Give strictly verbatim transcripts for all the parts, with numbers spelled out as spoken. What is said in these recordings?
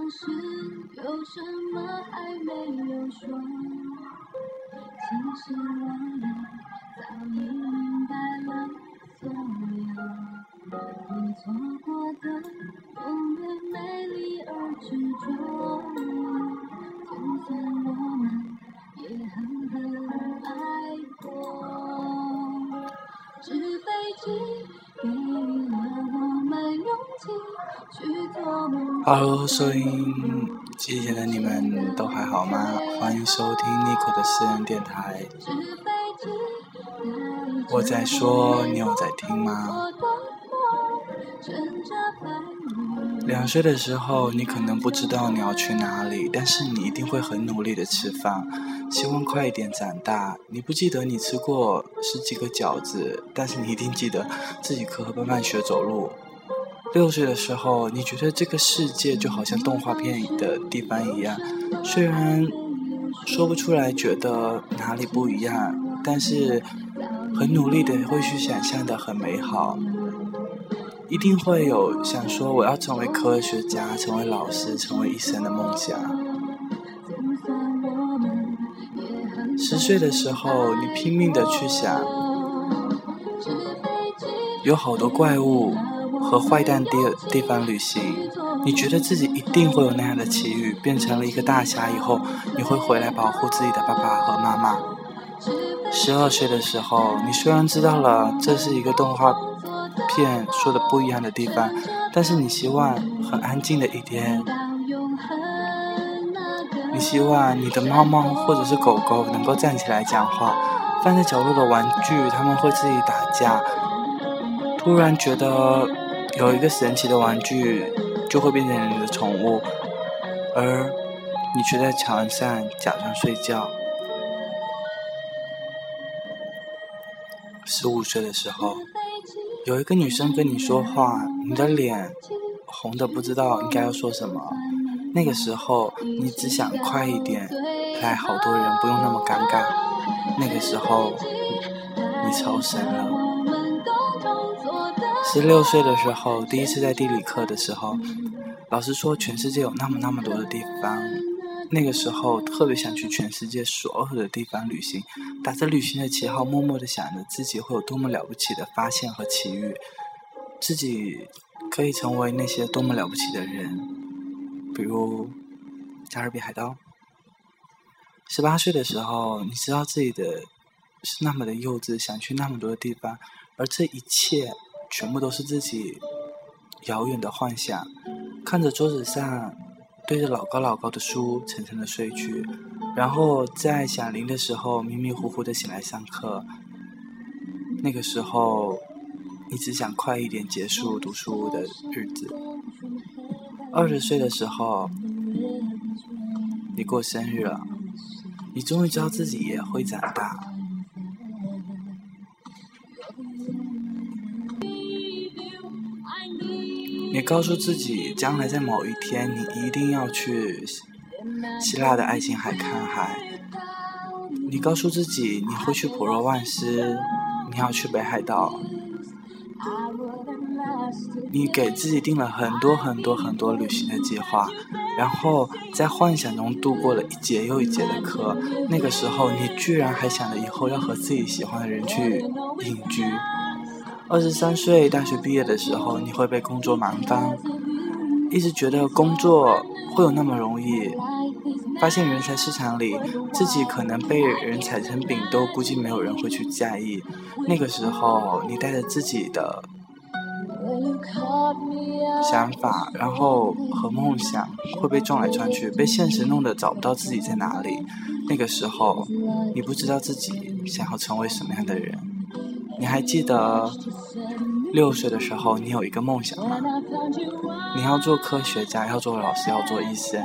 是有什么还没有说，其实我们早已明白了所有，你错过的永远美丽而执着，就算我们也狠狠爱过，纸飞机给了我们勇气去做梦。 Hello， 收音机前的你们都还好吗？欢迎收听 Nico 的私人电台。我在说，你有在听吗？两岁的时候，你可能不知道你要去哪里，但是你一定会很努力的吃饭，希望快一点长大。你不记得你吃过十几个饺子，但是你一定记得自己磕磕绊绊学走路。六岁的时候，你觉得这个世界就好像动画片的地方一样，虽然说不出来觉得哪里不一样，但是很努力的会去想象的很美好，一定会有想说我要成为科学家、成为老师、成为医生的梦想。十岁的时候，你拼命的去想，有好多怪物和坏蛋地地方旅行，你觉得自己一定会有那样的奇遇，变成了一个大侠以后，你会回来保护自己的爸爸和妈妈。十二岁的时候，你虽然知道了这是一个动画片说的不一样的地方，但是你希望很安静的一天，你希望你的猫猫或者是狗狗能够站起来讲话，放在角落的玩具他们会自己打架，突然觉得有一个神奇的玩具就会变成你的宠物，而你却在床上假装睡觉。十五岁的时候，有一个女生跟你说话，你的脸红的不知道应该要说什么，那个时候你只想快一点，来好多人不用那么尴尬，那个时候你超神了。十六岁的时候，第一次在地理课的时候，老师说全世界有那么那么多的地方，那个时候特别想去全世界所有的地方旅行，打着旅行的旗号，默默地想着自己会有多么了不起的发现和奇遇，自己可以成为那些多么了不起的人，比如加勒比海盗。十八岁的时候，你知道自己的是那么的幼稚，想去那么多的地方，而这一切全部都是自己遥远的幻想，看着桌子上对着老高老高的书沉沉的睡去，然后在响铃的时候迷迷糊糊的醒来上课。那个时候你只想快一点结束读书的日子。二十岁的时候你过生日了，你终于知道自己也会长大。你告诉自己，将来在某一天，你一定要去希腊的爱琴海看海。你告诉自己，你会去普罗旺斯，你要去北海道。你给自己定了很多很多很多旅行的计划，然后在幻想中度过了一节又一节的课。那个时候，你居然还想着以后要和自己喜欢的人去隐居。二十三岁大学毕业的时候，你会被工作忙翻，一直觉得工作会有那么容易，发现人才市场里自己可能被人踩成饼都估计没有人会去在意。那个时候你带着自己的想法，然后和梦想会被撞来撞去，被现实弄得找不到自己在哪里。那个时候你不知道自己想要成为什么样的人。你还记得六岁的时候你有一个梦想吗？你要做科学家，要做老师，要做医生。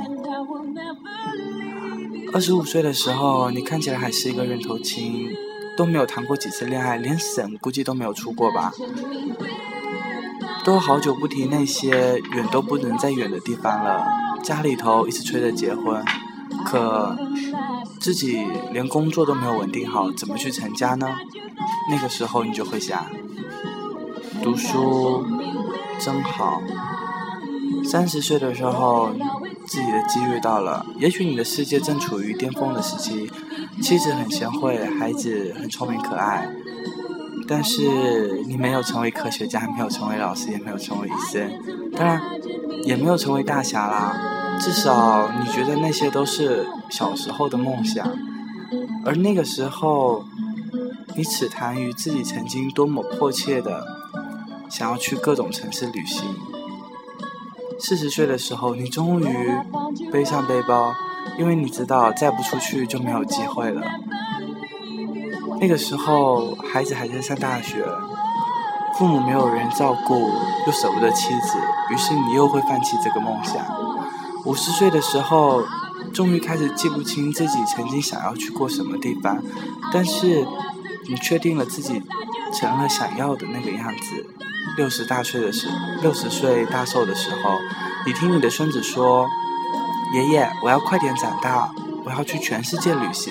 二十五岁的时候，你看起来还是一个人头青，都没有谈过几次恋爱，连省估计都没有出过吧，都好久不提那些远都不能再远的地方了。家里头一直催着结婚，可自己连工作都没有稳定好，怎么去成家呢？那个时候你就会想，读书真好， 三十岁的时候，自己的机遇到了，也许你的世界正处于巅峰的时期，妻子很贤惠，孩子很聪明可爱，但是你没有成为科学家，没有成为老师，也没有成为医生，当然也没有成为大侠啦，至少你觉得那些都是小时候的梦想，而那个时候你只谈于自己曾经多么迫切的想要去各种城市旅行。四十岁的时候，你终于背上背包，因为你知道再不出去就没有机会了。那个时候孩子还在上大学，父母没有人照顾，又舍不得妻子，于是你又会放弃这个梦想。五十岁的时候，终于开始记不清自己曾经想要去过什么地方，但是你确定了自己成了想要的那个样子。六十大岁的时，六十岁大寿的时候，你听你的孙子说：“爷爷，我要快点长大，我要去全世界旅行。”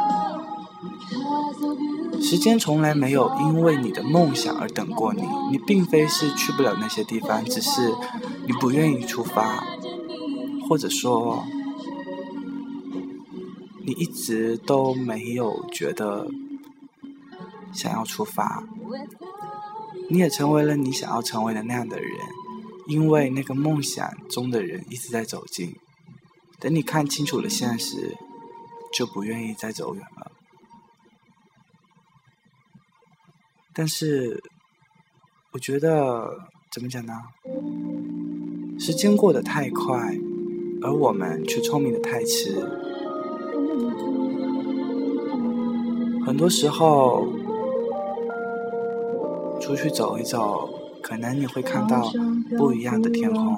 时间从来没有因为你的梦想而等过你，你并非是去不了那些地方，只是你不愿意出发，或者说，你一直都没有觉得想要出发。你也成为了你想要成为的那样的人，因为那个梦想中的人一直在走近，等你看清楚了现实，就不愿意再走远了。但是我觉得怎么讲呢，时间过得太快，而我们却聪明得太迟。很多时候出去走一走，可能你会看到不一样的天空，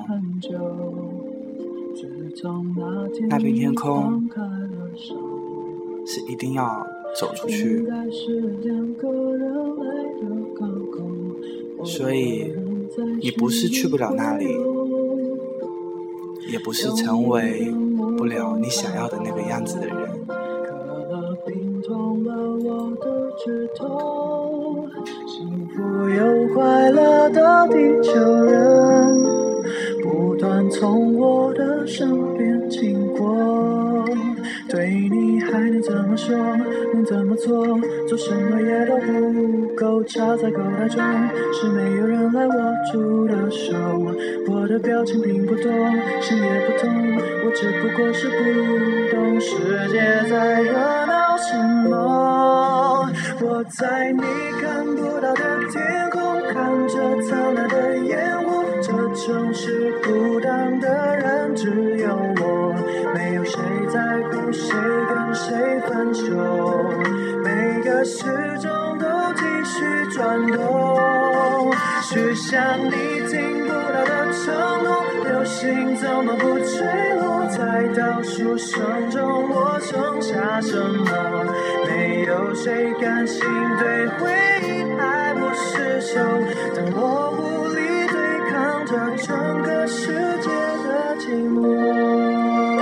那片天空是一定要走出去，所以你不是去不了那里，也不是成为不了你想要的那个样子的人。 幸福又快乐的地球人，不断从我的身边经过，对你还能怎么说，能怎么做，做什么也都不够，插在口袋中是没有人来握住的手，我的表情并不多，心也不痛，我只不过是不懂世界在热闹什么，我在你看不到的天空看着灿烂的烟火，这城市孤单的人只有我，没有谁在乎谁跟谁分手，每个时钟都继续转动，许下你听不到的承诺，流星怎么不坠落，在倒数声中我剩下什么，没有谁甘心对回忆爱不释手，当我无力对抗着整个世界的寂寞。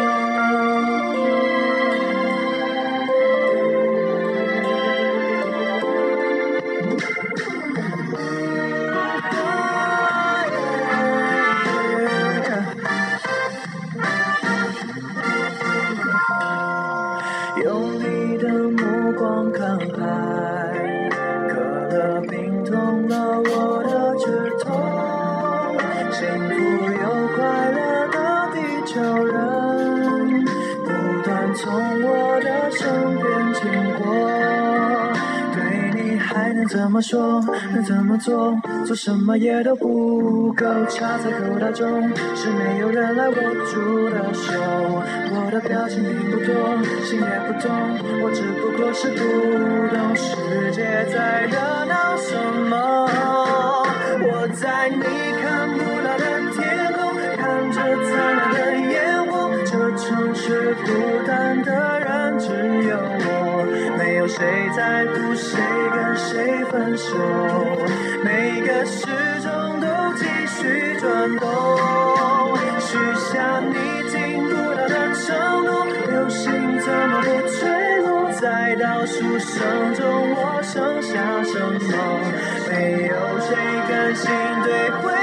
用你的目光看海，可乐冰冻了我的指头，幸福又快乐的地球人，不断从我的身边经过，对你还能怎么说，能怎么做，做什么也都不够，插在口袋中是没有人来握住的手，我的表情并不多，心也不痛，我只不过是不懂世界在热闹什么，我在你看不到的天空看着灿烂的烟火，这城市孤单的人只有我，没有谁在乎谁跟谁分手，每个时钟都继续转动，许下你听不到的承诺，流星怎么不坠落，在倒数声中我剩下什么，没有谁甘心对回